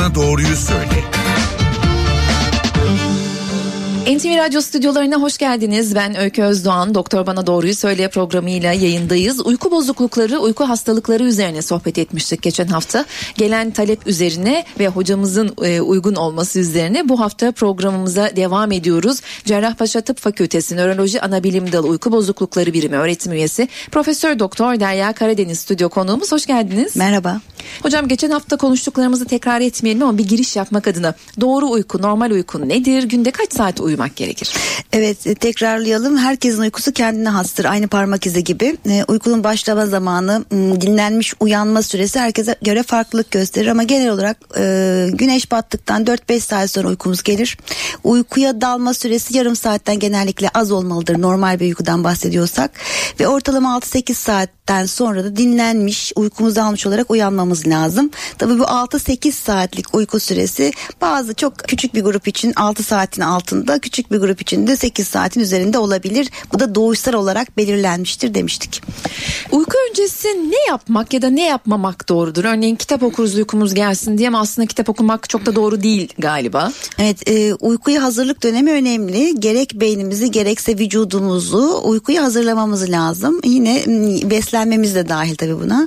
Bana Doğruyu Söyle. NTV Radyo stüdyolarına hoş geldiniz. Ben Öykü Özdoğan. Doktor Bana Doğruyu Söyle programıyla yayındayız. Uyku bozuklukları, uyku hastalıkları üzerine sohbet etmiştik geçen hafta. Gelen talep üzerine ve hocamızın uygun olması üzerine bu hafta programımıza devam ediyoruz. Cerrahpaşa Tıp Fakültesi Nöroloji Anabilim Dalı Uyku Bozuklukları Birimi öğretim üyesi Profesör Doktor Derya Karadeniz stüdyo konuğumuz. Hoş geldiniz. Merhaba. Hocam geçen hafta konuştuklarımızı tekrar etmeyelim ama bir giriş yapmak adına doğru uyku, normal uyku nedir? Günde kaç saat uyumak gerekir? Evet, tekrarlayalım. Herkesin uykusu kendine hastır. Aynı parmak izi gibi. Uykunun başlama zamanı, dinlenmiş uyanma süresi herkese göre farklılık gösterir ama genel olarak güneş battıktan 4-5 saat sonra uykumuz gelir. Uykuya dalma süresi yarım saatten genellikle az olmalıdır. Normal bir uykudan bahsediyorsak ve ortalama 6-8 saatten sonra da dinlenmiş, uykumuzu almış olarak uyanmamız lazım. Tabii bu 6-8 saatlik uyku süresi bazı çok küçük bir grup için 6 saatin altında, küçük bir grup için de 8 saatin üzerinde olabilir. Bu da doğuşsal olarak belirlenmiştir demiştik. Uyku öncesi ne yapmak ya da ne yapmamak doğrudur? Örneğin kitap okuruz uykumuz gelsin diye ama aslında kitap okumak çok da doğru değil galiba. Evet, uykuya hazırlık dönemi önemli. Gerek beynimizi gerekse vücudumuzu uykuya hazırlamamız lazım. Yine beslenmemiz de dahil tabii buna.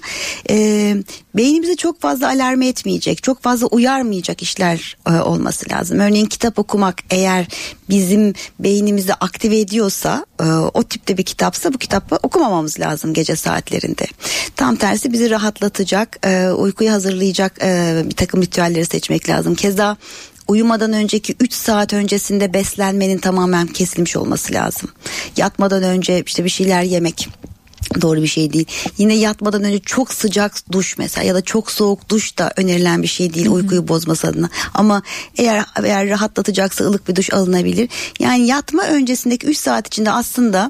Beynimizi çok fazla alarm etmeyecek, çok fazla uyarmayacak işler olması lazım. Örneğin kitap okumak eğer bizim beynimizi aktive ediyorsa, o tipte bir kitapsa bu kitabı okumamamız lazım gece saatlerinde. Tam tersi bizi rahatlatacak, uykuyu hazırlayacak bir takım ritüelleri seçmek lazım. Keza uyumadan önceki 3 saat öncesinde beslenmenin tamamen kesilmiş olması lazım. Yatmadan önce işte bir şeyler yemek doğru bir şey değil. Yine yatmadan önce çok sıcak duş mesela ya da çok soğuk duş da önerilen bir şey değil uykuyu bozması adına. Ama eğer rahatlatacaksa ılık bir duş alınabilir. Yani yatma öncesindeki 3 saat içinde aslında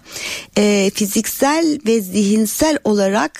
fiziksel ve zihinsel olarak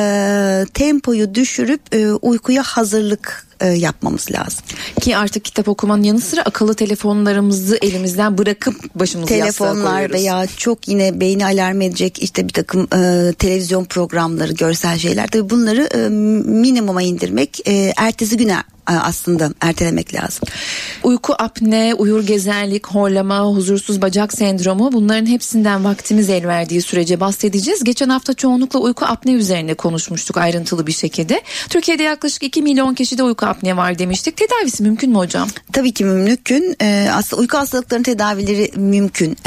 tempoyu düşürüp uykuya hazırlık yapmamız lazım. Ki artık kitap okumanın yanı sıra akıllı telefonlarımızı elimizden bırakıp başımızı yastığa koyuyoruz. Telefonlar veya çok yine beyni alarm edecek işte bir takım televizyon programları, görsel şeyler. Tabii bunları minimuma indirmek, ertesi güne aslında ertelemek lazım. Uyku apne, uyur gezerlik, horlama, huzursuz bacak sendromu, bunların hepsinden vaktimiz el verdiği sürece bahsedeceğiz. Geçen hafta çoğunlukla uyku apne üzerine konuşmuştuk ayrıntılı bir şekilde. Türkiye'de yaklaşık 2 milyon kişide uyku apne var demiştik. Tedavisi mümkün mü hocam? Tabii ki mümkün. Aslında uyku hastalıklarının tedavileri mümkün.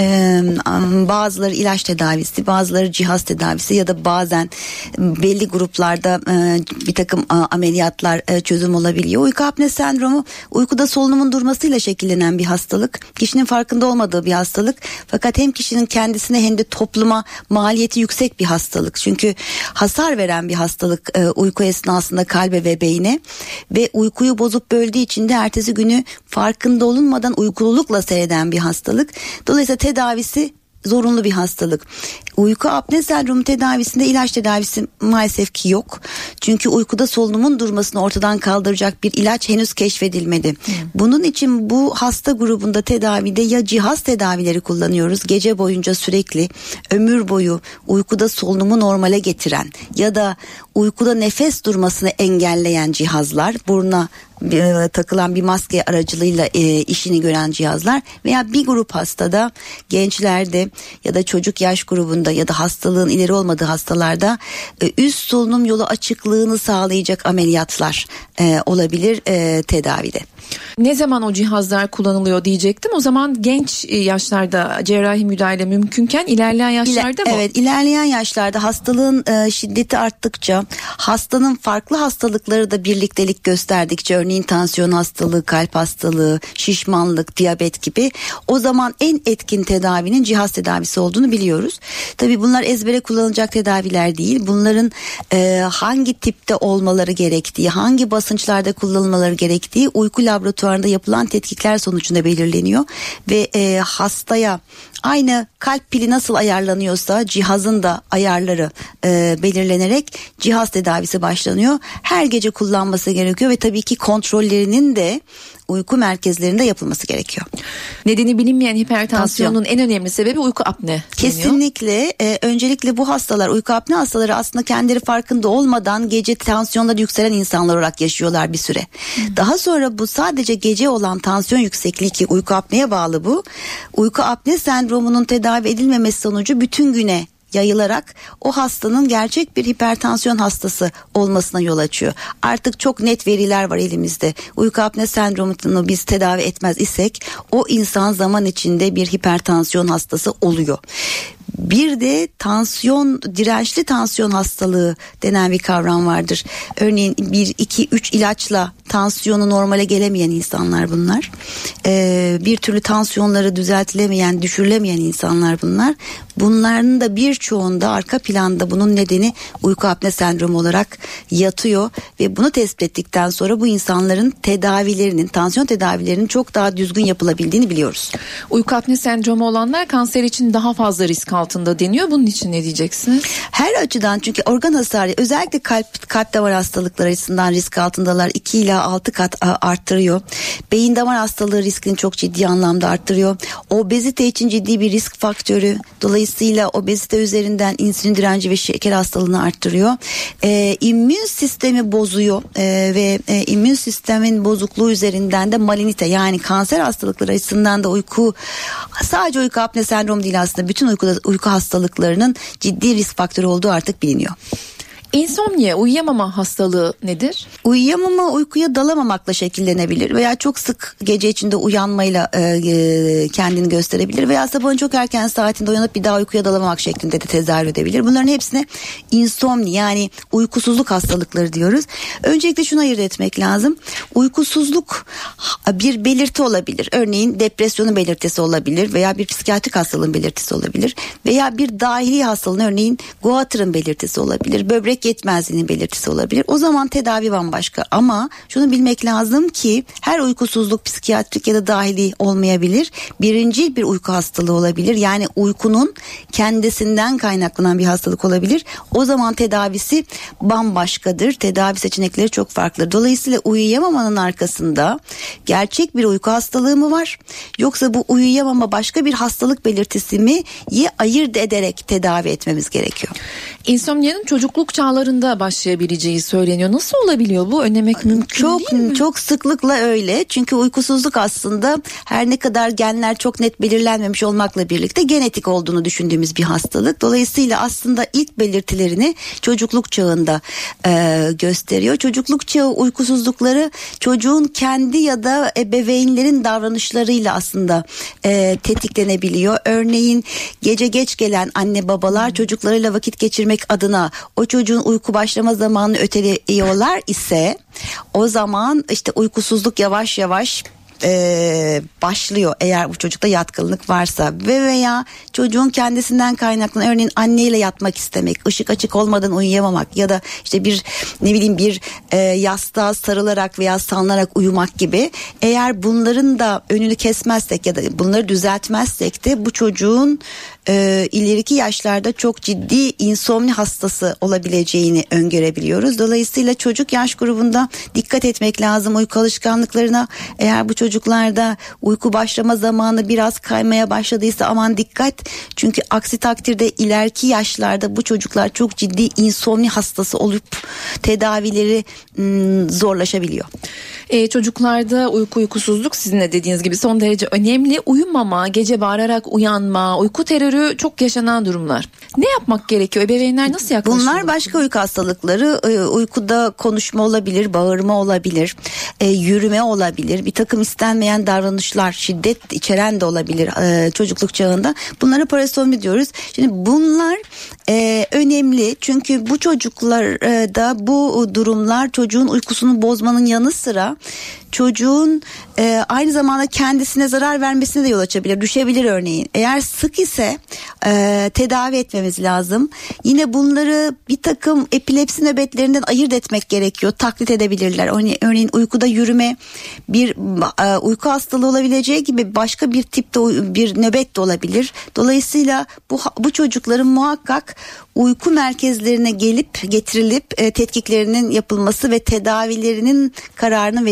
Bazıları ilaç tedavisi, bazıları cihaz tedavisi ya da bazen belli gruplarda bir takım ameliyatlar çözüm olabiliyor. Uyku apne sendromu uykuda solunumun durmasıyla şekillenen bir hastalık. Kişinin farkında olmadığı bir hastalık. Fakat hem kişinin kendisine hem de topluma maliyeti yüksek bir hastalık. Çünkü hasar veren bir hastalık uyku esnasında kalbe ve beyne. Ve uykuyu bozup böldüğü için de ertesi günü farkında olunmadan uykululukla seyreden bir hastalık. Dolayısıyla tedavisi zorunlu bir hastalık. Uyku apne sendromu tedavisinde ilaç tedavisi maalesef ki yok. Çünkü uykuda solunumun durmasını ortadan kaldıracak bir ilaç henüz keşfedilmedi. Bunun için bu hasta grubunda tedavide ya cihaz tedavileri kullanıyoruz. Gece boyunca sürekli ömür boyu uykuda solunumu normale getiren ya da uykuda nefes durmasını engelleyen cihazlar, buruna takılan bir maske aracılığıyla işini gören cihazlar veya bir grup hastada, gençlerde ya da çocuk yaş grubunda ya da hastalığın ileri olmadığı hastalarda üst solunum yolu açıklığını sağlayacak ameliyatlar olabilir tedavide. Ne zaman o cihazlar kullanılıyor diyecektim. O zaman genç yaşlarda cerrahi müdahale mümkünken ilerleyen yaşlarda mı? Evet, ilerleyen yaşlarda hastalığın şiddeti arttıkça, hastanın farklı hastalıkları da birliktelik gösterdikçe, örneğin tansiyon hastalığı, kalp hastalığı, şişmanlık, diyabet gibi, o zaman en etkin tedavinin cihaz tedavisi olduğunu biliyoruz. Tabii bunlar ezbere kullanılacak tedaviler değil. Bunların hangi tipte olmaları gerektiği, hangi basınçlarda kullanılmaları gerektiği uyku laboratuvarında yapılan tetkikler sonucunda belirleniyor ve hastaya aynı kalp pili nasıl ayarlanıyorsa cihazın da ayarları belirlenerek cihaz tedavisi başlanıyor. Her gece kullanması gerekiyor ve tabii ki kontrollerinin de uyku merkezlerinde yapılması gerekiyor. Nedeni bilinmeyen hipertansiyonun en önemli sebebi uyku apne. Kesinlikle. Öncelikle bu hastalar, uyku apne hastaları aslında kendileri farkında olmadan gece tansiyonları yükselen insanlar olarak yaşıyorlar bir süre. Daha sonra bu sadece gece olan tansiyon yüksekliği, ki uyku apneye bağlı bu. Uyku apne sendromunun tedavi edilmemesi sonucu bütün güne yayılarak o hastanın gerçek bir hipertansiyon hastası olmasına yol açıyor. Artık çok net veriler var elimizde. Uyku apne sendromunu biz tedavi etmez isek o insan zaman içinde bir hipertansiyon hastası oluyor. Bir de dirençli tansiyon hastalığı denen bir kavram vardır. Örneğin 1, 2, 3 ilaçla tansiyonu normale gelemeyen insanlar bunlar. Bir türlü tansiyonları düzeltilemeyen, düşürülemeyen insanlar bunlar. Bunların da birçoğunda arka planda bunun nedeni uyku apne sendromu olarak yatıyor ve bunu tespit ettikten sonra bu insanların tansiyon tedavilerinin çok daha düzgün yapılabildiğini biliyoruz. Uyku apne sendromu olanlar kanser için daha fazla risk altında deniyor. Bunun için ne diyeceksiniz? Her açıdan, çünkü organ hasarı özellikle kalp damar hastalıkları açısından risk altındalar. 2 ila 6 kat arttırıyor. Beyin damar hastalığı riskini çok ciddi anlamda arttırıyor. Obezite için ciddi bir risk faktörü. Dolayısıyla obezite üzerinden insülin direnci ve şeker hastalığını arttırıyor. İmmün sistemi bozuyor ve immün sistemin bozukluğu üzerinden de malinite, yani kanser hastalıkları açısından da sadece uyku apne sendromu değil, aslında bütün uyku hastalıklarının ciddi risk faktörü olduğu artık biliniyor. İnsomnia, uyuyamama hastalığı nedir? Uyuyamama, uykuya dalamamakla şekillenebilir veya çok sık gece içinde uyanmayla kendini gösterebilir veya sabahın çok erken saatinde uyanıp bir daha uykuya dalamamak şeklinde de tezahür edebilir. Bunların hepsine insomnia, yani uykusuzluk hastalıkları diyoruz. Öncelikle şunu ayırt etmek lazım. Uykusuzluk bir belirti olabilir. Örneğin depresyonun belirtisi olabilir veya bir psikiyatrik hastalığın belirtisi olabilir veya bir dahili hastalığın, örneğin Goiter'ın belirtisi olabilir. Böbrek yetmezliğinin belirtisi olabilir. O zaman tedavi bambaşka. Ama şunu bilmek lazım ki her uykusuzluk psikiyatrik ya da dahili olmayabilir. Birincil bir uyku hastalığı olabilir. Yani uykunun kendisinden kaynaklanan bir hastalık olabilir. O zaman tedavisi bambaşkadır. Tedavi seçenekleri çok farklı. Dolayısıyla uyuyamamanın arkasında gerçek bir uyku hastalığı mı var? Yoksa bu uyuyamama başka bir hastalık belirtisi mi? Ayırt ederek tedavi etmemiz gerekiyor. İnsomnia'nın çocukluk çağlarında başlayabileceği söyleniyor. Nasıl olabiliyor bu? Önlemek mümkün değil mi? Çok sıklıkla öyle. Çünkü uykusuzluk aslında her ne kadar genler çok net belirlenmemiş olmakla birlikte genetik olduğunu düşündüğümüz bir hastalık. Dolayısıyla aslında ilk belirtilerini çocukluk çağında gösteriyor. Çocukluk çağı uykusuzlukları çocuğun kendi ya da ebeveynlerin davranışlarıyla aslında tetiklenebiliyor. Örneğin gece geç gelen anne babalar çocuklarıyla vakit geçirmek adına o çocuğun uyku başlama zamanını öteliyorlar ise o zaman işte uykusuzluk yavaş yavaş başlıyor eğer bu çocukta yatkınlık varsa veya çocuğun kendisinden kaynaklanan, örneğin anneyle yatmak istemek, ışık açık olmadan uyuyamamak ya da işte bir yastığa sarılarak veya sallanarak uyumak gibi, eğer bunların da önünü kesmezsek ya da bunları düzeltmezsek de bu çocuğun ileriki yaşlarda çok ciddi insomni hastası olabileceğini öngörebiliyoruz. Dolayısıyla çocuk yaş grubunda dikkat etmek lazım uyku alışkanlıklarına. Eğer bu çocuklarda uyku başlama zamanı biraz kaymaya başladıysa aman dikkat. Çünkü aksi takdirde ileriki yaşlarda bu çocuklar çok ciddi insomni hastası olup tedavileri zorlaşabiliyor. Çocuklarda uykusuzluk sizin de dediğiniz gibi son derece önemli. Uyumama, gece bağırarak uyanma, uyku terörü çok yaşanan durumlar. Ne yapmak gerekiyor? Ebeveynler nasıl yaklaşıyor? Bunlar başka uyku hastalıkları. Uykuda konuşma olabilir, bağırma olabilir, yürüme olabilir. Bir takım istenmeyen davranışlar, şiddet içeren de olabilir çocukluk çağında. Bunlara parasomni diyoruz. Şimdi bunlar önemli. Çünkü bu çocuklarda bu durumlar çocuğun uykusunu bozmanın yanı sıra çocuğun aynı zamanda kendisine zarar vermesine de yol açabilir. Düşebilir örneğin. Eğer sık ise tedavi etmemiz lazım. Yine bunları bir takım epilepsi nöbetlerinden ayırt etmek gerekiyor. Taklit edebilirler. Örneğin uykuda yürüme bir uyku hastalığı olabileceği gibi başka bir tipte bir nöbet de olabilir. Dolayısıyla bu çocukların muhakkak uyku merkezlerine getirilip tetkiklerinin yapılması ve tedavilerinin kararının verilmesi gerekiyor.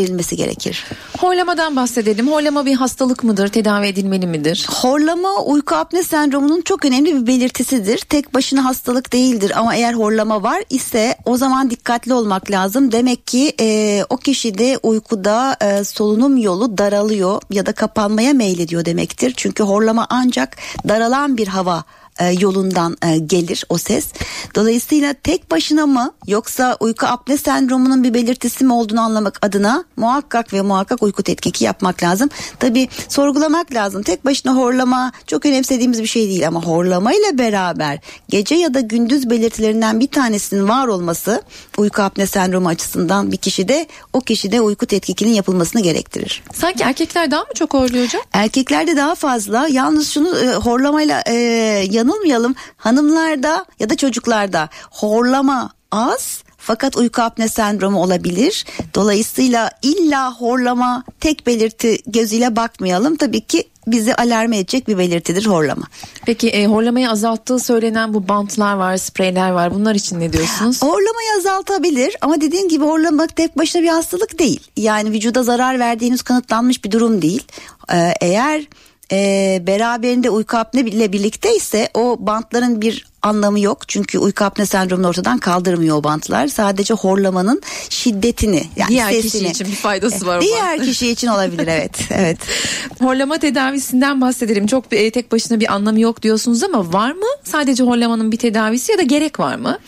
gerekir. Horlamadan bahsedelim. Horlama bir hastalık mıdır? Tedavi edilmeli midir? Horlama uyku apne sendromunun çok önemli bir belirtisidir. Tek başına hastalık değildir ama eğer horlama var ise o zaman dikkatli olmak lazım. Demek ki o kişide uykuda solunum yolu daralıyor ya da kapanmaya meylediyor demektir. Çünkü horlama ancak daralan bir hava yolundan gelir o ses. Dolayısıyla tek başına mı yoksa uyku apne sendromunun bir belirtisi mi olduğunu anlamak adına muhakkak ve muhakkak uyku tetkiki yapmak lazım. Tabii sorgulamak lazım. Tek başına horlama çok önemsediğimiz bir şey değil ama horlama ile beraber gece ya da gündüz belirtilerinden bir tanesinin var olması uyku apne sendromu açısından o kişide uyku tetkikinin yapılmasını gerektirir. Sanki erkekler daha mı çok horluyor hocam? Erkeklerde daha fazla. Yalnız şunu horlamayla yanılmayalım. Hanımlarda ya da çocuklarda horlama az fakat uyku apne sendromu olabilir. Dolayısıyla illa horlama tek belirti gözüyle bakmayalım. Tabii ki bizi alarm edecek bir belirtidir horlama. Peki horlamayı azalttığı söylenen bu bantlar var, spreyler var. Bunlar için ne diyorsunuz? Horlamayı azaltabilir ama dediğim gibi horlamak tek başına bir hastalık değil. Yani vücuda zarar verdiğiniz kanıtlanmış bir durum değil. Eğer beraberinde uyku apne ile birlikte ise o bantların bir anlamı yok. Çünkü uyku apne sendromunu ortadan kaldırmıyor o bantlar. Sadece horlamanın şiddetini, yani diğer sesini. Kişi için bir faydası var. Diğer kişi için olabilir, evet. Evet. Horlama tedavisinden bahsedelim. Çok tek başına bir anlamı yok diyorsunuz ama var mı? Sadece horlamanın bir tedavisi ya da gerek var mı?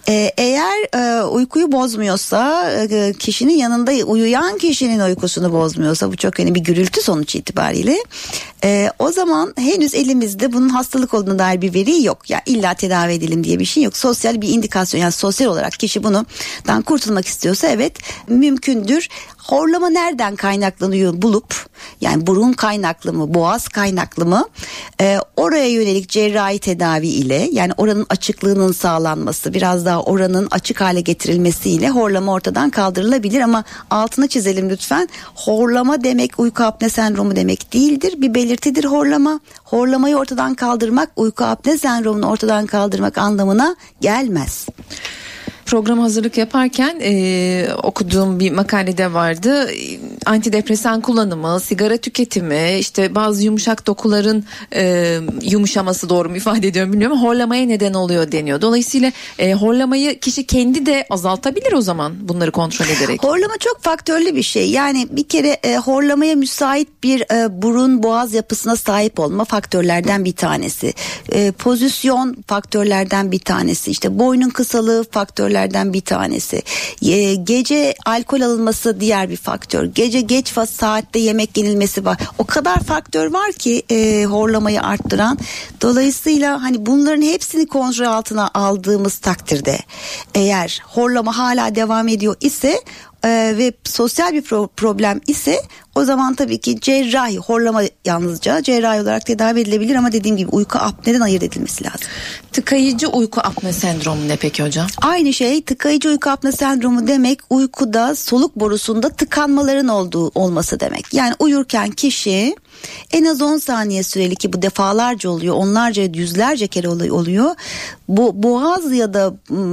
Eğer uykuyu bozmuyorsa, kişinin yanında uyuyan kişinin uykusunu bozmuyorsa, bu çok önemli bir gürültü sonuç itibariyle, o zaman henüz elimizde bunun hastalık olduğuna dair bir veri yok. Ya illa tedavi edelim diye bir şey yok. Sosyal bir indikasyon, yani sosyal olarak kişi bundan kurtulmak istiyorsa evet mümkündür. Horlama nereden kaynaklanıyor bulup, yani burun kaynaklı mı, boğaz kaynaklı mı, oraya yönelik cerrahi tedavi ile, yani oranın açıklığının sağlanması, biraz daha oranın açık hale getirilmesiyle horlama ortadan kaldırılabilir. Ama altını çizelim lütfen, horlama demek uyku apne sendromu demek değildir. Bir belirtidir horlama. Horlamayı ortadan kaldırmak uyku apne sendromunu ortadan kaldırmak anlamına gelmez. Programa hazırlık yaparken okuduğum bir makalede vardı. Antidepresan kullanımı, sigara tüketimi, işte bazı yumuşak dokuların yumuşaması, doğru mu ifade ediyorum bilmiyorum, horlamaya neden oluyor deniyor. Dolayısıyla horlamayı kişi kendi de azaltabilir o zaman, bunları kontrol ederek. Horlama çok faktörlü bir şey. Yani bir kere horlamaya müsait bir burun boğaz yapısına sahip olma faktörlerden bir tanesi. Pozisyon faktörlerden bir tanesi. İşte boynun kısalığı faktörlerden bir tanesi. Gece alkol alınması diğer bir faktör. Gece geç saatte yemek yenilmesi var. O kadar faktör var ki horlamayı arttıran. Dolayısıyla hani bunların hepsini kontrol altına aldığımız takdirde, eğer horlama hala devam ediyor ise ve sosyal bir problem ise, o zaman tabii ki cerrahi, horlama yalnızca cerrahi olarak tedavi edilebilir ama dediğim gibi uyku apneden ayırt edilmesi lazım. Tıkayıcı uyku apne sendromu ne peki hocam? Aynı şey, tıkayıcı uyku apne sendromu demek uykuda soluk borusunda tıkanmaların olması demek. Yani uyurken kişi en az 10 saniye süreli, ki bu defalarca oluyor, onlarca, yüzlerce kere oluyor. Bu boğaz ya da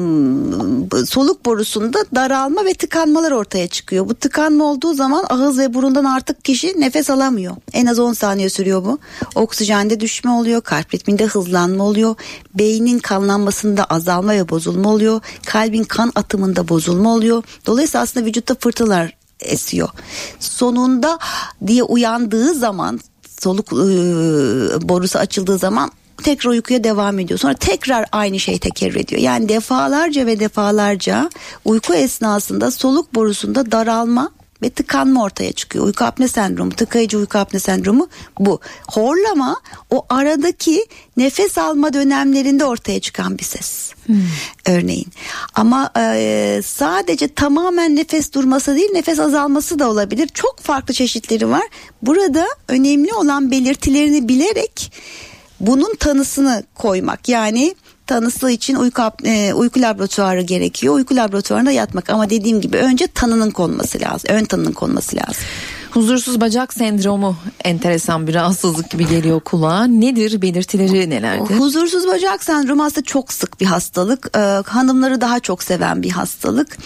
soluk borusunda daralma ve tıkanmalar ortaya çıkıyor. Bu tıkanma olduğu zaman ağız ve burundan artık kişi nefes alamıyor. En az 10 saniye sürüyor bu. Oksijende düşme oluyor, kalp ritminde hızlanma oluyor, beynin kanlanmasında azalma ve bozulma oluyor, kalbin kan atımında bozulma oluyor. Dolayısıyla aslında vücutta fırtınalar esiyor. Sonunda diye uyandığı zaman, soluk borusu açıldığı zaman tekrar uykuya devam ediyor. Sonra tekrar aynı şey tekerrür ediyor. Yani defalarca ve defalarca uyku esnasında soluk borusunda daralma ve tıkanma ortaya çıkıyor. Uyku apne sendromu, tıkayıcı uyku apne sendromu bu. Horlama o aradaki nefes alma dönemlerinde ortaya çıkan bir ses. Örneğin. Ama sadece tamamen nefes durması değil, nefes azalması da olabilir. Çok farklı çeşitleri var. Burada önemli olan belirtilerini bilerek bunun tanısını koymak. Yani tanısı için uyku laboratuvarı gerekiyor. Uyku laboratuvarına yatmak, ama dediğim gibi önce tanının konması lazım. Ön tanının konması lazım. Huzursuz bacak sendromu enteresan bir rahatsızlık gibi geliyor kulağa. Nedir, belirtileri nelerdir? Huzursuz bacak sendromu aslında çok sık bir hastalık. Hanımları daha çok seven bir hastalık.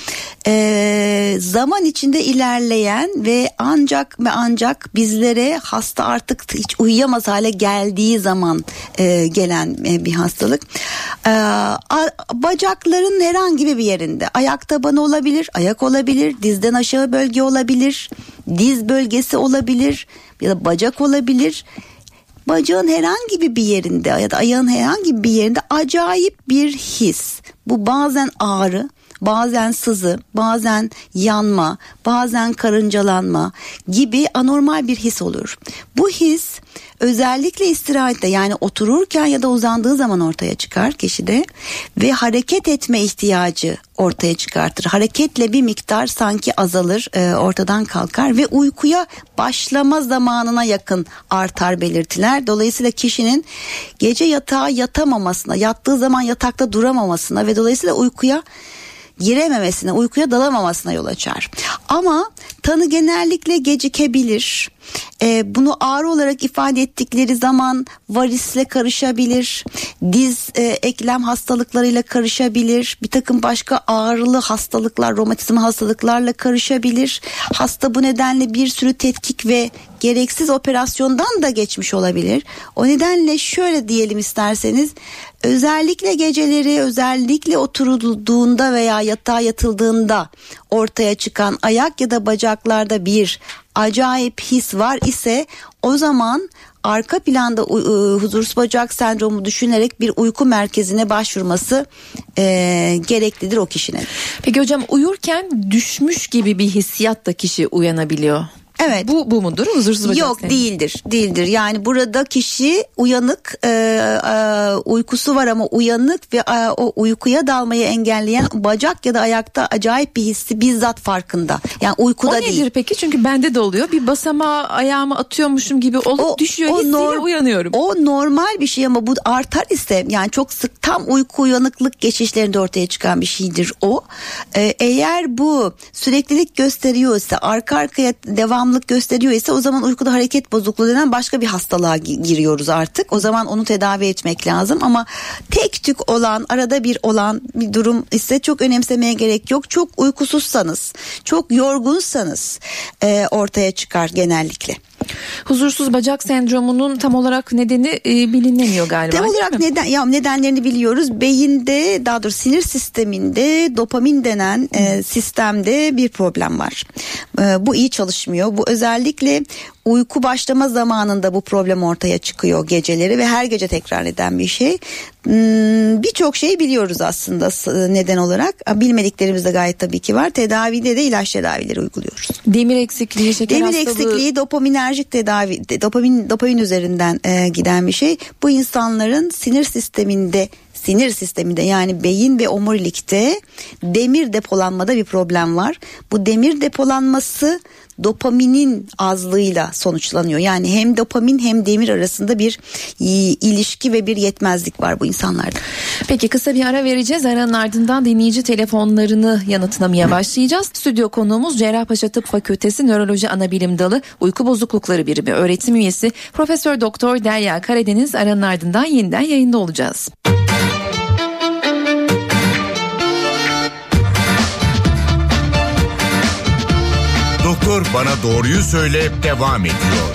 Zaman içinde ilerleyen ve ancak bizlere hasta artık hiç uyuyamaz hale geldiği zaman gelen bir hastalık. Bacakların herhangi bir yerinde ayak tabanı olabilir, ayak olabilir, dizden aşağı bölge olabilir, diz bölgesi olabilir ya da bacak olabilir. Bacağın herhangi bir yerinde ya da ayağın herhangi bir yerinde acayip bir his. Bu bazen ağrı, bazen sızı, bazen yanma, bazen karıncalanma gibi anormal bir his olur. Bu his özellikle istirahette, yani otururken ya da uzandığı zaman ortaya çıkar kişide ve hareket etme ihtiyacı ortaya çıkartır. Hareketle bir miktar sanki azalır, ortadan kalkar ve uykuya başlama zamanına yakın artar belirtiler. Dolayısıyla kişinin gece yatağa yatamamasına, yattığı zaman yatakta duramamasına ve dolayısıyla uykuya girememesine, uykuya dalamamasına yol açar. Ama tanı genellikle gecikebilir. Bunu ağrı olarak ifade ettikleri zaman varisle karışabilir, diz eklem hastalıklarıyla karışabilir, bir takım başka ağrılı hastalıklar, romatizma hastalıklarla karışabilir. Hasta bu nedenle bir sürü tetkik ve gereksiz operasyondan da geçmiş olabilir. O nedenle şöyle diyelim isterseniz, özellikle geceleri, özellikle oturulduğunda veya yatağa yatıldığında ortaya çıkan ayak ya da bacaklarda bir acayip his var ise o zaman arka planda huzursuz bacak sendromu düşünerek bir uyku merkezine başvurması gereklidir o kişinin. Peki hocam, uyurken düşmüş gibi bir hissiyat da kişi uyanabiliyor. Evet. Bu mudur huzursuz bacak Yok, sendromu? değildir. Yani burada kişi uyanık, uykusu var ama uyanık ve o uykuya dalmayı engelleyen bacak ya da ayakta acayip bir hissi bizzat farkında. Yani uykuda değil. O nedir peki? Çünkü bende de oluyor. Bir basamağa ayağımı atıyormuşum gibi olup düşüyor, hissiyle uyanıyorum. O normal bir şey ama bu artar ise, yani çok sık tam uyku uyanıklık geçişlerinde ortaya çıkan bir şeydir o. Eğer bu süreklilik gösteriyorsa, arka arkaya devamlı gösteriyor ise o zaman uykuda hareket bozukluğu denen başka bir hastalığa giriyoruz artık. O zaman onu tedavi etmek lazım ama tek tük olan, arada bir olan bir durum ise çok önemsemeye gerek yok. Çok uykusuzsanız, çok yorgunsanız ortaya çıkar genellikle. Huzursuz bacak sendromunun tam olarak nedeni bilinemiyor galiba. Tam olarak nedenlerini biliyoruz. Beyinde, daha doğrusu sinir sisteminde dopamin denen sistemde bir problem var. Bu iyi çalışmıyor. Bu özellikle uyku başlama zamanında bu problem ortaya çıkıyor geceleri ve her gece tekrar eden bir şey. Birçok şey biliyoruz aslında neden olarak. Bilmediklerimiz de gayet tabii ki var. Tedavide de ilaç tedavileri uyguluyoruz. Demir eksikliği, şeker hastalığı. Demir eksikliği, dopaminerjik tedavi, dopamin üzerinden giden bir şey. Bu insanların sinir sisteminde yani beyin ve omurilikte demir depolanmada bir problem var. Bu demir depolanması dopaminin azlığıyla sonuçlanıyor. Yani hem dopamin hem demir arasında bir ilişki ve bir yetmezlik var bu insanlarda. Peki, kısa bir ara vereceğiz. Aranın ardından dinleyici telefonlarını yanıtlamaya başlayacağız. Stüdyo konuğumuz Cerrahpaşa Tıp Fakültesi Nöroloji Anabilim Dalı Uyku Bozuklukları Birimi öğretim üyesi Profesör Doktor Derya Karadeniz. Aranın ardından yeniden yayında olacağız. Doktor Bana Doğruyu Söyle devam ediyor.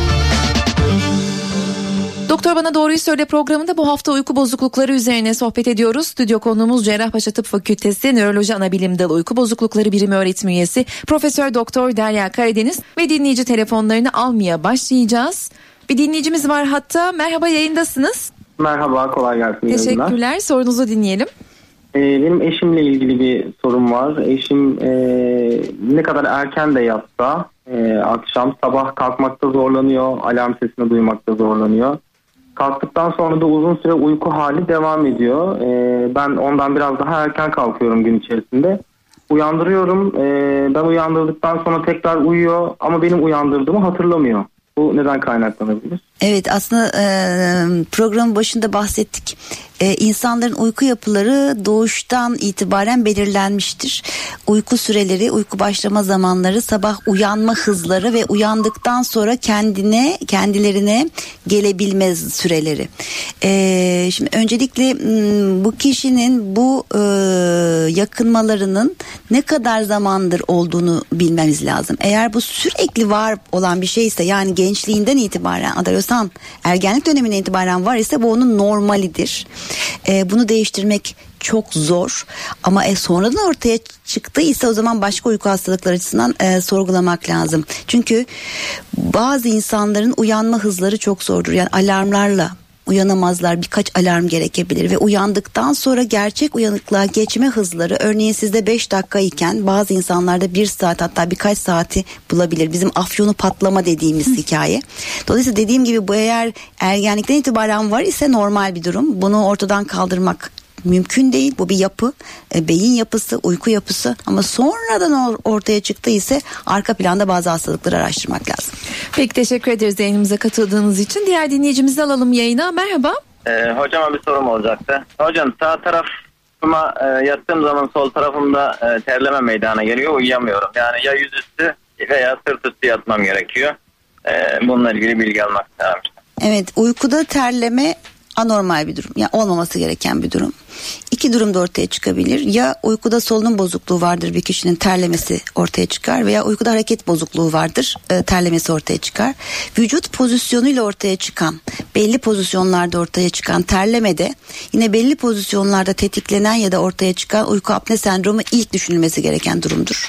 Doktor Bana Doğruyu Söyle programında bu hafta uyku bozuklukları üzerine sohbet ediyoruz. Stüdyo konuğumuz Cerrahpaşa Tıp Fakültesi Nöroloji Anabilim Dalı Uyku Bozuklukları Birimi öğretim üyesi Profesör Doktor Derya Karadeniz ve dinleyici telefonlarını almaya başlayacağız. Bir dinleyicimiz var hatta. Merhaba, yayındasınız. Merhaba, kolay gelsin. Teşekkürler. Sorunuzu dinleyelim. Benim eşimle ilgili bir sorum var. Eşim ne kadar erken de yatsa akşam sabah kalkmakta zorlanıyor, alarm sesini duymakta zorlanıyor. Kalktıktan sonra da uzun süre uyku hali devam ediyor. Ben ondan biraz daha erken kalkıyorum gün içerisinde. Uyandırıyorum. Ben uyandırdıktan sonra tekrar uyuyor ama benim uyandırdığımı hatırlamıyor. Bu neden kaynaklanabilir? Evet, aslında programın başında bahsettik. İnsanların uyku yapıları doğuştan itibaren belirlenmiştir. Uyku süreleri, uyku başlama zamanları, sabah uyanma hızları ve uyandıktan sonra kendilerine gelebilme süreleri. Şimdi öncelikle bu kişinin bu yakınmalarının ne kadar zamandır olduğunu bilmemiz lazım. Eğer bu sürekli var olan bir şeyse, yani gençliğinden itibaren, adolesans, ergenlik dönemine itibaren var ise bu onun normalidir. Bunu değiştirmek çok zor ama sonradan ortaya çıktıysa o zaman başka uyku hastalıkları açısından sorgulamak lazım. Çünkü bazı insanların uyanma hızları çok zordur. Yani alarmlarla uyanamazlar, birkaç alarm gerekebilir ve uyandıktan sonra gerçek uyanıklığa geçme hızları, örneğin sizde 5 dakika iken bazı insanlarda 1 saat, hatta birkaç saati bulabilir. Bizim afyonu patlama dediğimiz hikaye. Dolayısıyla dediğim gibi bu eğer ergenlikten itibaren var ise normal bir durum. Bunu ortadan kaldırmak mümkün değil. Bu bir yapı, beyin yapısı, uyku yapısı, ama sonradan ortaya çıktı ise arka planda bazı hastalıkları araştırmak lazım. Peki, teşekkür ederiz yayınımıza katıldığınız için. Diğer dinleyicimizi alalım yayına. Merhaba. Hocama bir sorum olacaktı. Hocam, sağ tarafıma yattığım zaman sol tarafımda terleme meydana geliyor, uyuyamıyorum. Yani ya yüzüstü veya sırt üstü yatmam gerekiyor. Bununla ilgili bilgi almak istedim. Evet, uykuda terleme anormal bir durum. Yani olmaması gereken bir durum. İki durum da ortaya çıkabilir. Ya uykuda solunum bozukluğu vardır, bir kişinin terlemesi ortaya çıkar, veya uykuda hareket bozukluğu vardır, terlemesi ortaya çıkar. Vücut pozisyonuyla ortaya çıkan, belli pozisyonlarda ortaya çıkan terleme de yine belli pozisyonlarda tetiklenen ya da ortaya çıkan uyku apne sendromu ilk düşünülmesi gereken durumdur.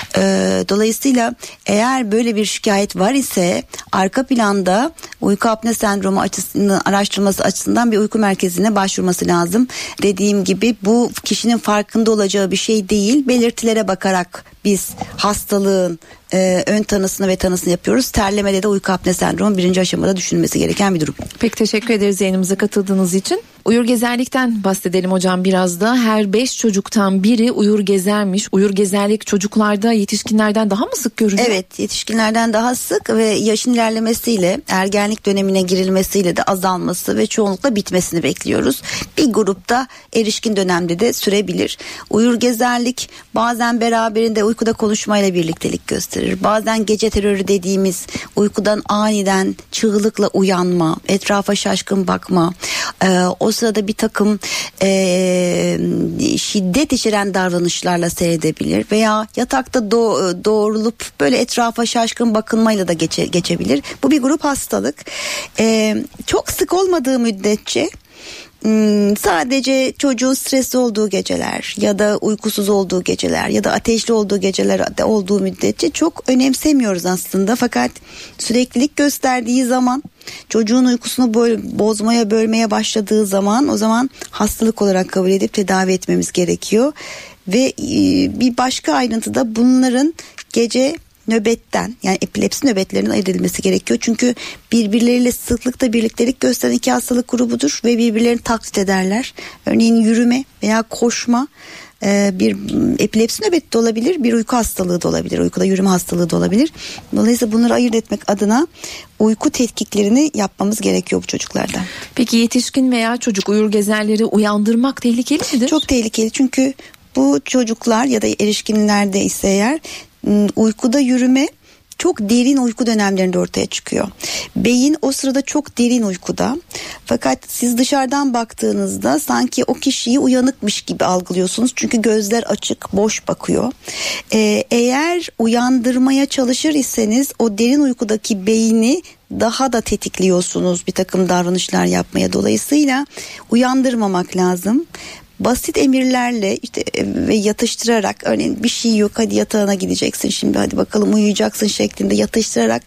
Dolayısıyla eğer böyle bir şikayet var ise arka planda uyku apne sendromu açısından, araştırılması açısından bir uyku merkezine başvurması lazım. Dediğim gibi bu kişinin farkında olacağı bir şey değil. Belirtilere bakarak biz hastalığın ön tanısını ve tanısını yapıyoruz. Terlemede de uyku apne sendromu birinci aşamada düşünülmesi gereken bir durum. Peki, teşekkür ederiz yayınımıza katıldığınız için. Uyur gezerlikten bahsedelim hocam biraz da. Her 5 çocuktan biri uyur gezermiş. Uyur gezerlik çocuklarda yetişkinlerden daha mı sık görülüyor? Evet, yetişkinlerden daha sık ve yaşın ilerlemesiyle, ergenlik dönemine girilmesiyle de azalması ve çoğunlukla bitmesini bekliyoruz. Bir grupta erişkin dönemde de sürebilir. Uyur gezerlik bazen beraberinde uykuda konuşmayla birliktelik gösterir. Bazen gece terörü dediğimiz uykudan aniden çığlıkla uyanma, etrafa şaşkın bakma, o sırada bir takım şiddet içeren davranışlarla seyredebilir veya yatakta doğrulup böyle etrafa şaşkın bakınmayla da geçebilir. Bu bir grup hastalık. Çok sık olmadığı müddetçe sadece çocuğun stresli olduğu geceler ya da uykusuz olduğu geceler ya da ateşli olduğu gecelerde olduğu müddetçe çok önemsemiyoruz aslında. Fakat süreklilik gösterdiği zaman, çocuğun uykusunu bölmeye başladığı zaman, o zaman hastalık olarak kabul edip tedavi etmemiz gerekiyor. Ve bir başka ayrıntı da bunların gece nöbetten, yani epilepsi nöbetlerinin ayrılması gerekiyor. Çünkü birbirleriyle sıklıkta birliktelik gösteren iki hastalık grubudur ve birbirlerini taklit ederler. Örneğin yürüme veya koşma bir epilepsi nöbeti de olabilir, bir uyku hastalığı da olabilir, uykuda yürüme hastalığı da olabilir. Dolayısıyla bunları ayırt etmek adına uyku tetkiklerini yapmamız gerekiyor bu çocuklarda. Peki yetişkin veya çocuk uyur gezerleri uyandırmak tehlikeli midir? Çok tehlikeli, çünkü bu çocuklar ya da erişkinlerde ise eğer uykuda yürüme çok derin uyku dönemlerinde ortaya çıkıyor. Beyin o sırada çok derin uykuda. Fakat siz dışarıdan baktığınızda sanki o kişiyi uyanıkmış gibi algılıyorsunuz. Çünkü gözler açık, boş bakıyor. Eğer uyandırmaya çalışır iseniz o derin uykudaki beyni daha da tetikliyorsunuz bir takım davranışlar yapmaya. Dolayısıyla uyandırmamak lazım. Basit emirlerle işte ve yatıştırarak, örneğin bir şey yok, hadi yatağına gideceksin şimdi, hadi bakalım uyuyacaksın şeklinde yatıştırarak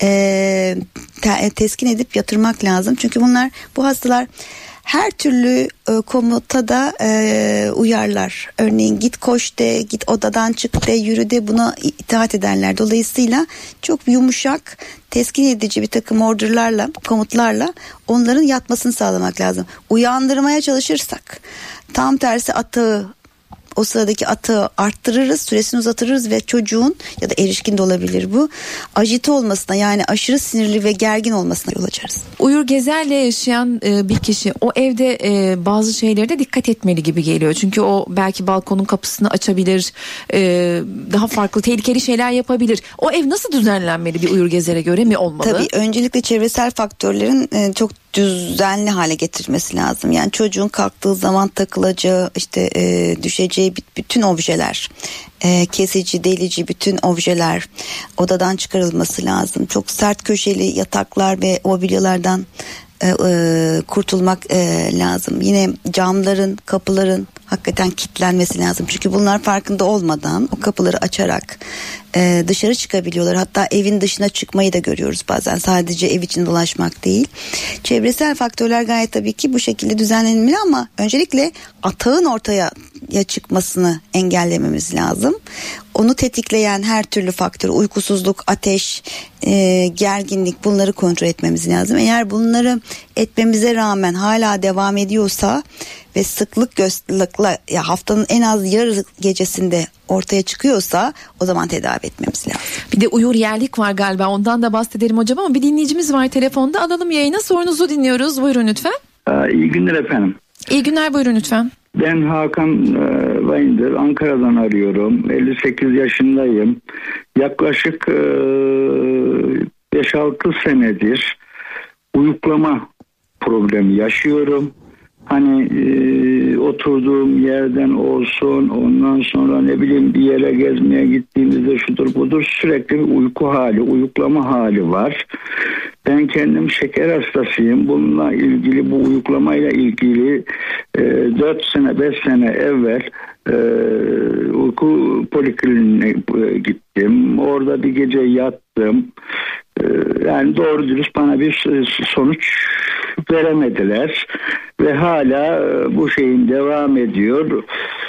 teskin edip yatırmak lazım. Çünkü bu hastalar her türlü komutada uyarlar. Örneğin git koş de, git odadan çık de, yürü de, buna itaat ederler. Dolayısıyla çok yumuşak, teskin edici bir takım orderlarla, komutlarla onların yatmasını sağlamak lazım. Uyandırmaya çalışırsak tam tersi atağı o sıradaki atağı arttırırız, süresini uzatırız ve çocuğun ya da erişkin de olabilir bu, ajite olmasına, yani aşırı sinirli ve gergin olmasına yol açarız. Uyur gezerle yaşayan bir kişi o evde bazı şeylere de dikkat etmeli gibi geliyor. Çünkü o belki balkonun kapısını açabilir, daha farklı tehlikeli şeyler yapabilir. O ev nasıl düzenlenmeli, bir uyur gezere göre mi olmalı? Tabii öncelikle çevresel faktörlerin çok düzenli hale getirilmesi lazım. Yani çocuğun kalktığı zaman takılacağı, işte düşeceği bütün objeler, kesici, delici bütün objeler odadan çıkarılması lazım. Çok sert köşeli yataklar ve mobilyalardan kurtulmak lazım. Yine camların, kapıların hakikaten kilitlenmesi lazım. Çünkü bunlar farkında olmadan o kapıları açarak dışarı çıkabiliyorlar. Hatta evin dışına çıkmayı da görüyoruz bazen. Sadece ev için dolaşmak değil. Çevresel faktörler gayet tabii ki bu şekilde düzenlenmeli ama öncelikle atağın ortaya çıkmasını engellememiz lazım. Onu tetikleyen her türlü faktör, uykusuzluk, ateş, gerginlik, bunları kontrol etmemiz lazım. Eğer bunları etmemize rağmen hala devam ediyorsa ve sıklıkla ya haftanın en az yarı gecesinde ortaya çıkıyorsa o zaman tedavi etmemiz lazım. Bir de uyur yerlik var galiba, ondan da bahsedelim hocam, ama bir dinleyicimiz var telefonda, alalım yayına, sorunuzu dinliyoruz. Buyurun lütfen. İyi günler efendim. İyi günler, buyurun lütfen. Ben Hakan Bayındır, Ankara'dan arıyorum. 58 yaşındayım. Yaklaşık 5-6 senedir uyuklama problemi yaşıyorum. Hani oturduğum yerden olsun, ondan sonra ne bileyim bir yere gezmeye gittiğimizde şudur budur, sürekli bir uyku hali, uyuklama hali var. Ben kendim şeker hastasıyım. Bununla ilgili, bu uyuklamayla ilgili 4 sene 5 sene evvel uyku polikliniğine gittim. Orada bir gece yattım. Yani doğru dürüst bana bir sonuç veremediler ve hala bu şeyin devam ediyor.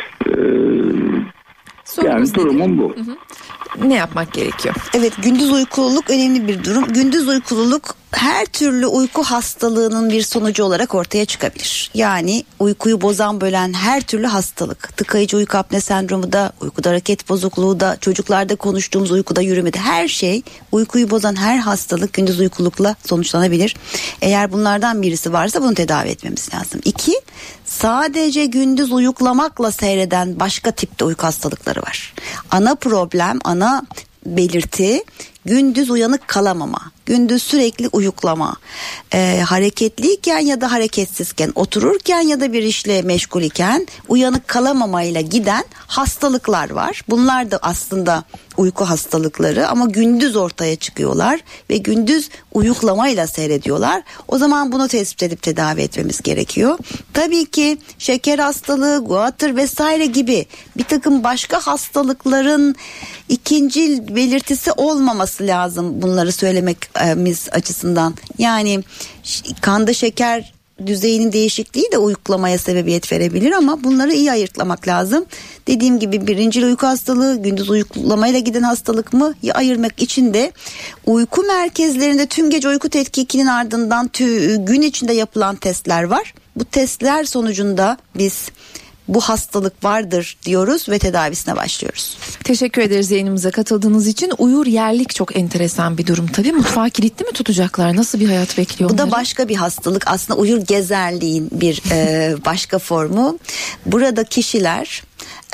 Yani durumum bu. Hı hı. Ne yapmak gerekiyor? Evet, gündüz uykululuk önemli bir durum. Gündüz uykululuk her türlü uyku hastalığının bir sonucu olarak ortaya çıkabilir. Yani uykuyu bozan, bölen her türlü hastalık. Tıkayıcı uyku apne sendromu da, uykuda hareket bozukluğu da, çocuklarda konuştuğumuz uykuda yürümede, her şey, uykuyu bozan her hastalık gündüz uykulukla sonuçlanabilir. Eğer bunlardan birisi varsa bunu tedavi etmemiz lazım. 2, sadece gündüz uyuklamakla seyreden başka tipte uyku hastalıkları var. Ana problem, ana belirti gündüz uyanık kalamama, gündüz sürekli uyuklama, hareketliyken ya da hareketsizken, otururken ya da bir işle meşgul iken uyanık kalamamayla giden hastalıklar var. Bunlar da aslında uyku hastalıkları ama gündüz ortaya çıkıyorlar ve gündüz uyuklamayla seyrediyorlar. O zaman bunu tespit edip tedavi etmemiz gerekiyor. Tabii ki şeker hastalığı, guatr vesaire gibi bir takım başka hastalıkların ikincil belirtisi olmaması lazım bunları söylememiz açısından. Yani kanda şeker düzeyinin değişikliği de uyuklamaya sebebiyet verebilir ama bunları iyi ayırtlamak lazım. Dediğim gibi birincil uyku hastalığı gündüz uyuklamayla giden hastalık mı ayırmak için de uyku merkezlerinde tüm gece uyku tetkikinin ardından gün içinde yapılan testler var. Bu testler sonucunda biz bu hastalık vardır diyoruz ve tedavisine başlıyoruz. Teşekkür ederiz yayınımıza katıldığınız için. Uyur yerlik çok enteresan bir durum. Tabii mutfağı kilitli mi tutacaklar? Nasıl bir hayat bekliyor Bu onları? da başka bir hastalık. Aslında uyur gezerliğin bir başka formu. Burada kişiler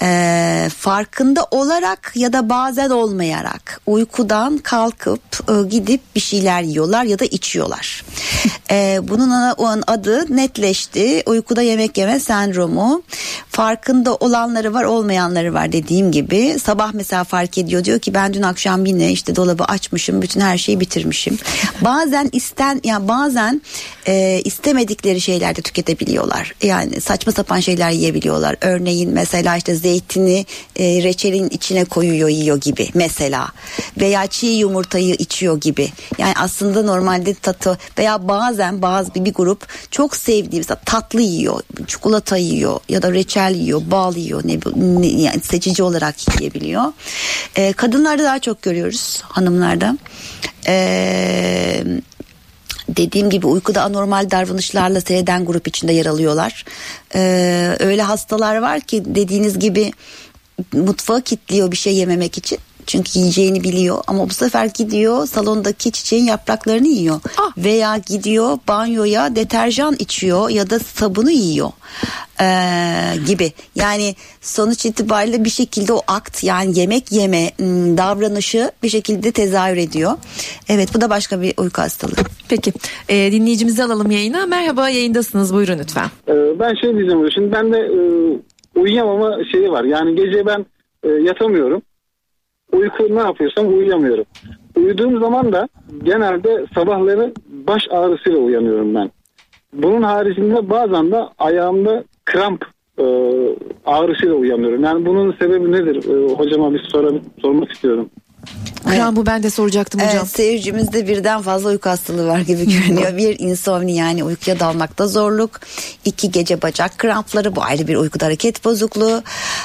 farkında olarak ya da bazen olmayarak uykudan kalkıp gidip bir şeyler yiyorlar ya da içiyorlar. Bunun adı netleşti. Uykuda yemek yeme sendromu. Farkında olanları var, olmayanları var dediğim gibi. Sabah mesela fark ediyor, diyor ki ben dün akşam yine işte dolabı açmışım, bütün her şeyi bitirmişim. Bazen bazen istemedikleri şeyler de tüketebiliyorlar. Yani saçma sapan şeyler yiyebiliyorlar. Örneğin mesela işte zeytini reçelin içine koyuyor, yiyor gibi mesela. Veya çiğ yumurtayı içiyor gibi. Yani aslında normalde tatlı veya bazen bir grup çok sevdiği mesela tatlı yiyor, çikolata yiyor ya da reçel yiyor, bal yiyor, yani seçici olarak yiyebiliyor. Kadınlarda daha çok görüyoruz, hanımlarda. Dediğim gibi uykuda anormal davranışlarla seyreden grup içinde yer alıyorlar. Öyle hastalar var ki dediğiniz gibi mutfağa kilitliyor bir şey yememek için. Çünkü yiyeceğini biliyor ama bu sefer gidiyor salondaki çiçeğin yapraklarını yiyor. Veya gidiyor banyoya deterjan içiyor ya da sabunu yiyor gibi. Yani sonuç itibariyle bir şekilde o akt, yani yemek yeme davranışı bir şekilde tezahür ediyor. Evet, bu da başka bir uyku hastalığı. Peki dinleyicimizi alalım yayına. Merhaba, yayındasınız, buyurun lütfen. Ben şey diyeceğim, şimdi ben de uyuyamama şeyi var. Yani gece ben yatamıyorum. Uyku ne yapıyorsam uyuyamıyorum. Uyuduğum zaman da genelde sabahları baş ağrısıyla uyanıyorum ben. Bunun haricinde bazen de ayağımda kramp ağrısıyla uyanıyorum. Yani bunun sebebi nedir? Hocama bir sormak istiyorum. Krampı ben de soracaktım hocam. Seyircimizde birden fazla uyku hastalığı var gibi görünüyor. Bir, insomni, yani uykuya dalmakta zorluk. 2, gece bacak krampları, bu ayrı bir uykuda hareket bozukluğu.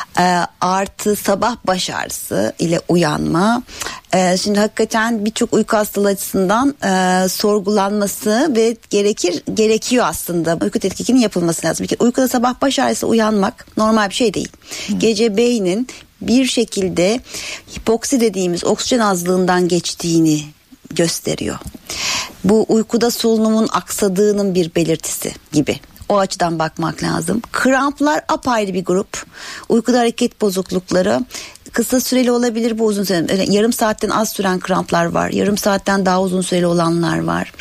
Artı sabah baş ağrısı ile uyanma. Şimdi hakikaten birçok uyku hastalığı açısından sorgulanması ve gerekiyor aslında. Uyku tetkikinin yapılması lazım. Uykuda sabah baş ağrısı uyanmak normal bir şey değil. Gece beynin bir şekilde hipoksi dediğimiz oksijen azlığından geçtiğini gösteriyor. Bu uykuda solunumun aksadığının bir belirtisi gibi. O açıdan bakmak lazım. Kramplar apayrı bir grup. Uykuda hareket bozuklukları kısa süreli olabilir, bu uzun süreli. Yarım saatten az süren kramplar var. Yarım saatten daha uzun süreli olanlar var.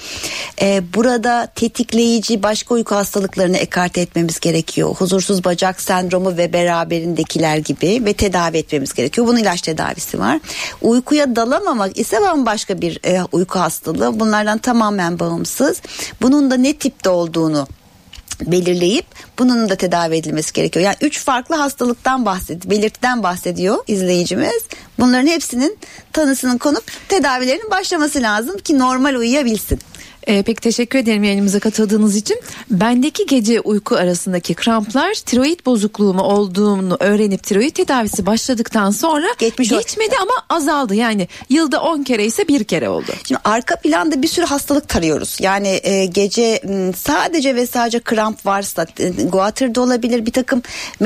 Burada tetikleyici başka uyku hastalıklarını ekarte etmemiz gerekiyor. Huzursuz bacak sendromu ve beraberindekiler gibi ve tedavi etmemiz gerekiyor. Bunun ilaç tedavisi var. Uykuya dalamamak ise bambaşka bir uyku hastalığı. Bunlardan tamamen bağımsız. Bunun da ne tipte olduğunu belirleyip bunun da tedavi edilmesi gerekiyor. Yani 3 farklı hastalıktan belirtiden bahsediyor izleyicimiz. Bunların hepsinin tanısının konup tedavilerinin başlaması lazım ki normal uyuyabilsin. Peki, teşekkür ederim yayınımıza katıldığınız için. Bendeki gece uyku arasındaki kramplar tiroid bozukluğu mu olduğunu öğrenip tiroid tedavisi başladıktan sonra geçmedi ama azaldı. Yani yılda 10 kere ise 1 kere oldu. Şimdi arka planda bir sürü hastalık tarıyoruz. Yani gece sadece ve sadece kramp varsa guatr olabilir, bir takım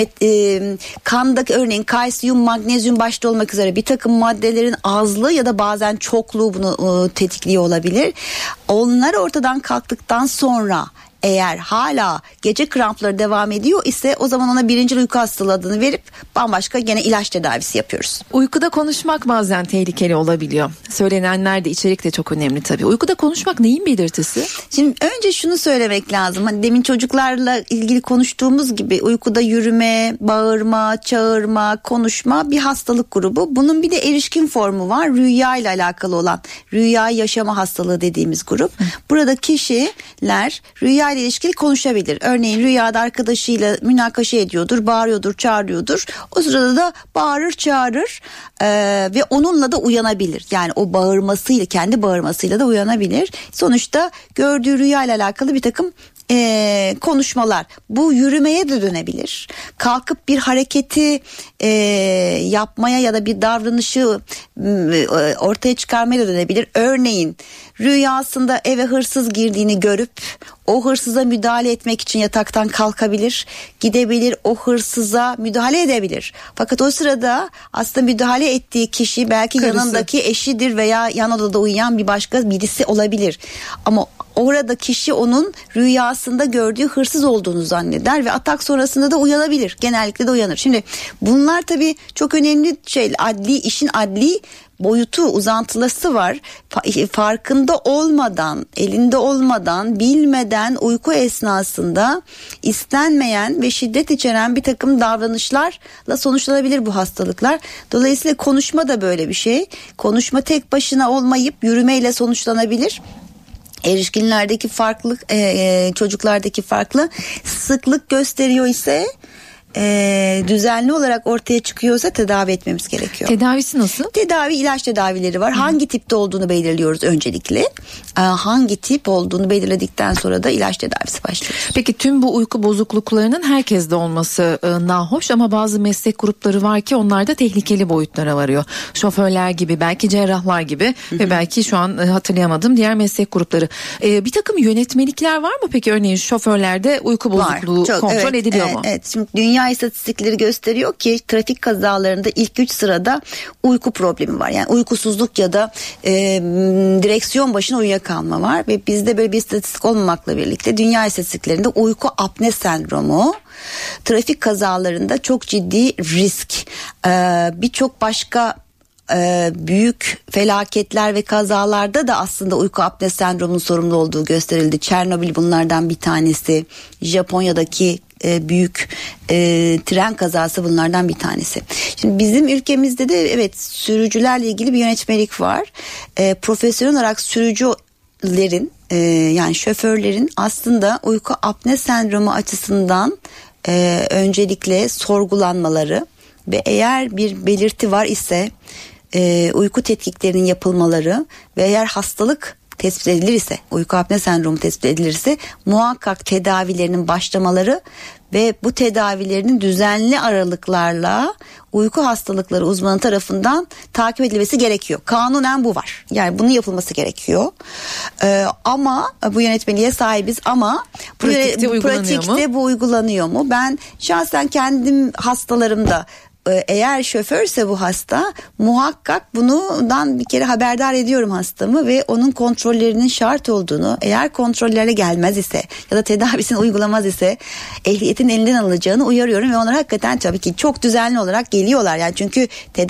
kandaki örneğin kalsiyum, magnezyum başta olmak üzere bir takım maddelerin azlığı ya da bazen çokluğu bunu tetikliyor olabilir. Onlar ortadan kalktıktan sonra eğer hala gece krampları devam ediyor ise o zaman ona birinci uyku hastalığı adını verip bambaşka gene ilaç tedavisi yapıyoruz. Uykuda konuşmak bazen tehlikeli olabiliyor. Söylenenler de, içerik de çok önemli tabii. Uykuda konuşmak neyin belirtisi? Şimdi önce şunu söylemek lazım. Hani demin çocuklarla ilgili konuştuğumuz gibi uykuda yürüme, bağırma, çağırma, konuşma bir hastalık grubu. Bunun bir de erişkin formu var. Rüya ile alakalı olan rüya yaşama hastalığı dediğimiz grup. Burada kişiler rüya ile ilişkili konuşabilir. Örneğin rüyada arkadaşıyla münakaşa ediyordur, bağırıyordur, çağırıyordur. O sırada da bağırır, çağırır ve onunla da uyanabilir. Yani o bağırmasıyla, kendi bağırmasıyla da uyanabilir. Sonuçta gördüğü rüya ile alakalı bir takım konuşmalar. Bu yürümeye de dönebilir. Kalkıp bir hareketi yapmaya ya da bir davranışı ortaya çıkarmaya da dönebilir. Örneğin rüyasında eve hırsız girdiğini görüp o hırsıza müdahale etmek için yataktan kalkabilir, gidebilir, o hırsıza müdahale edebilir. Fakat o sırada aslında müdahale ettiği kişi belki karısı, yanındaki eşidir veya yan odada uyuyan bir başka birisi olabilir. Ama orada kişi onun rüyasında gördüğü hırsız olduğunu zanneder ve atak sonrasında da uyanabilir. Genellikle de uyanır. Şimdi bunlar tabii çok önemli işin adli boyutu, uzantılısı var. Farkında olmadan, elinde olmadan, bilmeden uyku esnasında istenmeyen ve şiddet içeren bir takım davranışlarla sonuçlanabilir bu hastalıklar. Dolayısıyla konuşma da böyle bir şey. Konuşma tek başına olmayıp yürümeyle sonuçlanabilir. Erişkinlerdeki farklı, çocuklardaki farklı sıklık gösteriyor ise düzenli olarak ortaya çıkıyorsa tedavi etmemiz gerekiyor. Tedavisi nasıl? Tedavi, ilaç tedavileri var. Hangi tipte olduğunu belirliyoruz öncelikle. Hangi tip olduğunu belirledikten sonra da ilaç tedavisi başlıyor. Peki tüm bu uyku bozukluklarının herkeste olması nahoş ama bazı meslek grupları var ki onlar da tehlikeli boyutlara varıyor. Şoförler gibi, belki cerrahlar gibi ve belki şu an hatırlayamadım diğer meslek grupları. Bir takım yönetmelikler var mı peki, örneğin şoförlerde uyku bozukluğu kontrol ediliyor mu? Evet, şimdi dünya istatistikleri gösteriyor ki trafik kazalarında ilk 3 sırada uyku problemi var. Yani uykusuzluk ya da direksiyon başına uyuyakalma var ve bizde böyle bir istatistik olmamakla birlikte dünya istatistiklerinde uyku apne sendromu trafik kazalarında çok ciddi risk. Birçok başka büyük felaketler ve kazalarda da aslında uyku apne sendromunun sorumlu olduğu gösterildi. Çernobil bunlardan bir tanesi. Japonya'daki büyük tren kazası bunlardan bir tanesi. Şimdi bizim ülkemizde de evet sürücülerle ilgili bir yönetmelik var. Profesyonel olarak sürücülerin yani şoförlerin aslında uyku apne sendromu açısından öncelikle sorgulanmaları ve eğer bir belirti var ise uyku tetkiklerinin yapılmaları ve eğer hastalık tespit edilirse, uyku apne sendromu tespit edilirse muhakkak tedavilerinin başlamaları ve bu tedavilerinin düzenli aralıklarla uyku hastalıkları uzmanı tarafından takip edilmesi gerekiyor. Kanunen bu var. Yani bunun yapılması gerekiyor. Ama bu yönetmeliğe sahibiz ama pratikte bu uygulanıyor mu? Ben şahsen kendim hastalarımda eğer şoförse bu hasta muhakkak bundan bir kere haberdar ediyorum hastamı ve onun kontrollerinin şart olduğunu, eğer kontrollerle gelmez ise ya da tedavisini uygulamaz ise ehliyetin elinden alacağını uyarıyorum ve onlar hakikaten tabii ki çok düzenli olarak geliyorlar. Yani çünkü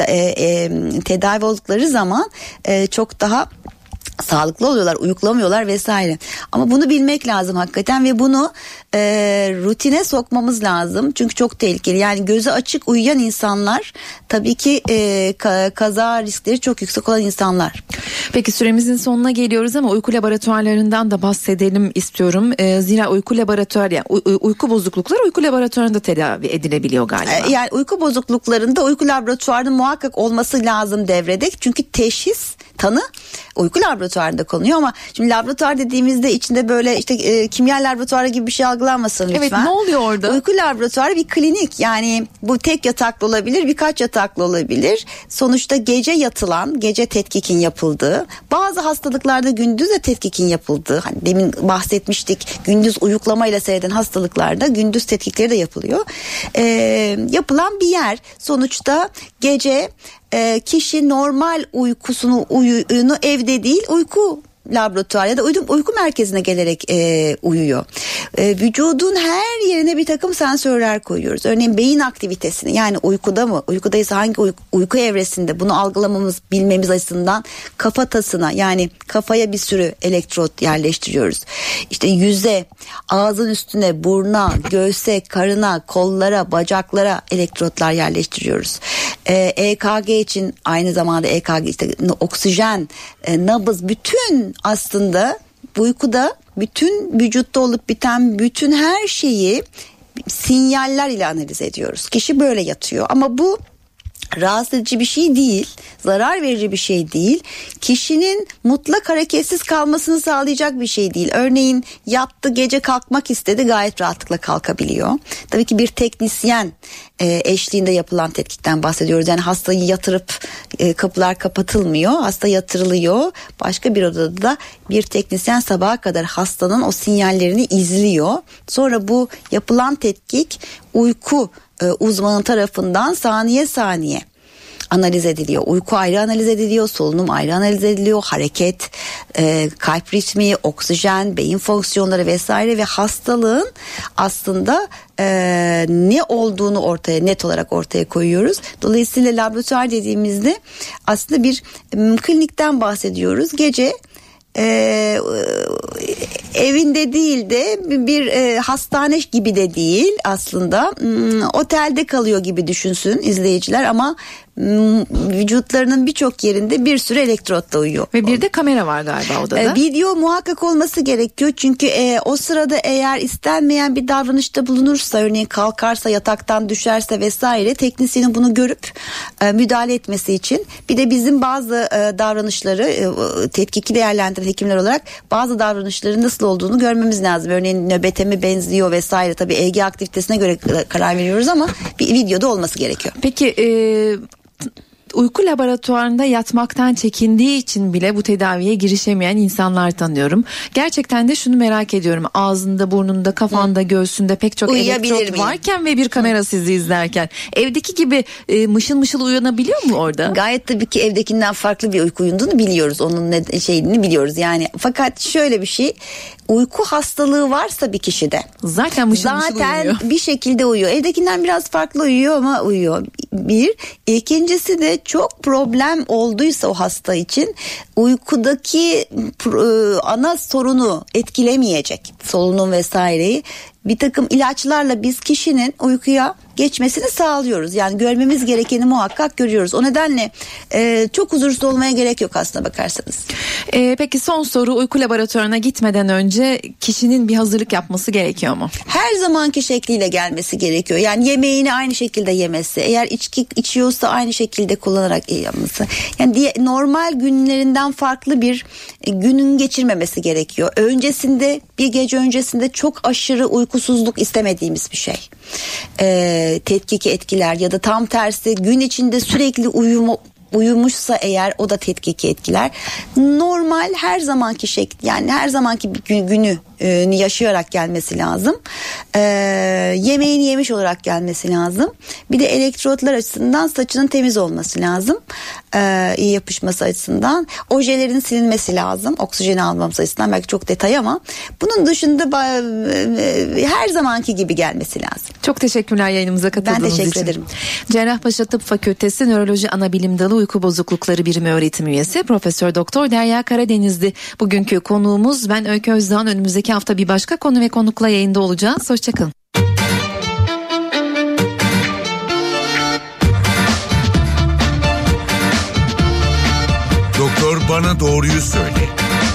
tedavi oldukları zaman çok daha sağlıklı oluyorlar, uyuklamıyorlar vesaire. Ama bunu bilmek lazım hakikaten ve bunu rutine sokmamız lazım. Çünkü çok tehlikeli. Yani gözü açık uyuyan insanlar tabii ki kaza riskleri çok yüksek olan insanlar. Peki süremizin sonuna geliyoruz ama uyku laboratuvarlarından da bahsedelim istiyorum. Zira uyku laboratuvarı, yani uyku bozuklukları uyku laboratuvarında tedavi edilebiliyor galiba. Yani uyku bozukluklarında uyku laboratuvarının muhakkak olması lazım devrede. Çünkü teşhis, tanı uyku laboratuvarında konuyor ama şimdi laboratuvar dediğimizde içinde böyle işte kimya laboratuvarı gibi bir şey algılanmasın lütfen. Evet, ne oluyor orada? Uyku laboratuvarı bir klinik, yani bu tek yataklı olabilir, birkaç yataklı olabilir. Sonuçta gece yatılan, gece tetkikin yapıldığı, bazı hastalıklarda gündüz de tetkikin yapıldığı, hani demin bahsetmiştik, gündüz uyuklamayla seyreden hastalıklarda gündüz tetkikleri de yapılıyor. Yapılan bir yer. Sonuçta gece kişi normal uykusunu evde değil, uyku laboratuvar ya da uyku merkezine gelerek uyuyor. Vücudun her yerine bir takım sensörler koyuyoruz. Örneğin beyin aktivitesini, yani uykuda mı, uykudaysa hangi uyku evresinde, bunu algılamamız, bilmemiz açısından kafatasına, yani kafaya bir sürü elektrot yerleştiriyoruz. İşte yüze, ağzın üstüne, buruna, göğse, karına, kollara, bacaklara elektrotlar yerleştiriyoruz. EKG için aynı zamanda EKG, işte oksijen, nabız, bütün aslında uykuda bütün vücutta olup biten bütün her şeyi sinyaller ile analiz ediyoruz. Kişi böyle yatıyor ama bu rahatsız edici bir şey değil, zarar verici bir şey değil, kişinin mutlak hareketsiz kalmasını sağlayacak bir şey değil. Örneğin yattı, gece kalkmak istedi, gayet rahatlıkla kalkabiliyor. Tabii ki bir teknisyen eşliğinde yapılan tetkikten bahsediyoruz. Yani hastayı yatırıp kapılar kapatılmıyor, hasta yatırılıyor. Başka bir odada da bir teknisyen sabaha kadar hastanın o sinyallerini izliyor. Sonra bu yapılan tetkik uyku uzmanın tarafından saniye saniye analiz ediliyor. Uyku ayrı analiz ediliyor, solunum ayrı analiz ediliyor, hareket, kalp ritmi, oksijen, beyin fonksiyonları vesaire ve hastalığın aslında ne olduğunu ortaya, net olarak ortaya koyuyoruz. Dolayısıyla laboratuvar dediğimizde aslında bir klinikten bahsediyoruz. Gece evinde değil de bir hastane gibi de değil aslında, otelde kalıyor gibi düşünsün izleyiciler ama vücutlarının birçok yerinde bir sürü elektrotla uyuyor. Ve bir de kamera var galiba odada. Video muhakkak olması gerekiyor çünkü o sırada eğer istenmeyen bir davranışta bulunursa, örneğin kalkarsa, yataktan düşerse vesaire, teknisyenin bunu görüp müdahale etmesi için, bir de bizim bazı davranışları tetkiki değerlendiren hekimler olarak bazı davranışların nasıl olduğunu görmemiz lazım. Örneğin nöbete mi benziyor vesaire, tabii EEG aktivitesine göre karar veriyoruz ama bir videoda olması gerekiyor. Peki uyku laboratuvarında yatmaktan çekindiği için bile bu tedaviye girişemeyen insanlar tanıyorum. Gerçekten de şunu merak ediyorum. Ağzında, burnunda, kafanda, göğsünde pek çok elektrot varken ve bir kamera sizi izlerken evdeki gibi mışıl mışıl uyanabiliyor mu orada? Gayet tabii ki evdekinden farklı bir uyku uyuduğunu biliyoruz. Onun şeyini biliyoruz yani. Fakat şöyle bir şey, uyku hastalığı varsa bir kişide zaten mışıl mışıl uyuyor. Bir şekilde uyuyor. Evdekinden biraz farklı uyuyor ama uyuyor. Bir. İkincisi de çok problem olduysa o hasta için uykudaki ana sorunu etkilemeyecek, solunum vesaireyi, bir takım ilaçlarla biz kişinin uykuya geçmesini sağlıyoruz. Yani görmemiz gerekeni muhakkak görüyoruz. O nedenle çok huzursuz olmaya gerek yok aslına bakarsanız. Peki son soru, uyku laboratuvarına gitmeden önce kişinin bir hazırlık yapması gerekiyor mu? Her zamanki şekliyle gelmesi gerekiyor. Yani yemeğini aynı şekilde yemesi, eğer içki içiyorsa aynı şekilde kullanarak yapması. Yani normal günlerinden farklı bir günün geçirmemesi gerekiyor. Öncesinde, bir gece öncesinde çok aşırı uykusuzluk istemediğimiz bir şey. Tetkiki etkiler ya da tam tersi gün içinde sürekli uyumuşsa eğer, o da tetkiki etkiler. Normal her zamanki şekli, yani her zamanki günü yaşayarak gelmesi lazım. Yemeğini yemiş olarak gelmesi lazım. Bir de elektrotlar açısından saçının temiz olması lazım. İyi yapışması açısından. Ojelerin silinmesi lazım. Oksijeni almamız açısından, belki çok detay ama bunun dışında her zamanki gibi gelmesi lazım. Çok teşekkürler yayınımıza katıldığınız için. Ben teşekkür ederim. Cerrahpaşa Tıp Fakültesi Nöroloji Anabilim Dalı Uyku Bozuklukları Birimi öğretim üyesi Profesör Doktor Derya Karadeniz'di. Bugünkü konuğumuz, ben Öykü Özdoğan. Önümüzdeki hafta bir başka konu ve konukla yayında olacağız. Hoşçakalın. Doktor Bana Doğruyu Söyle.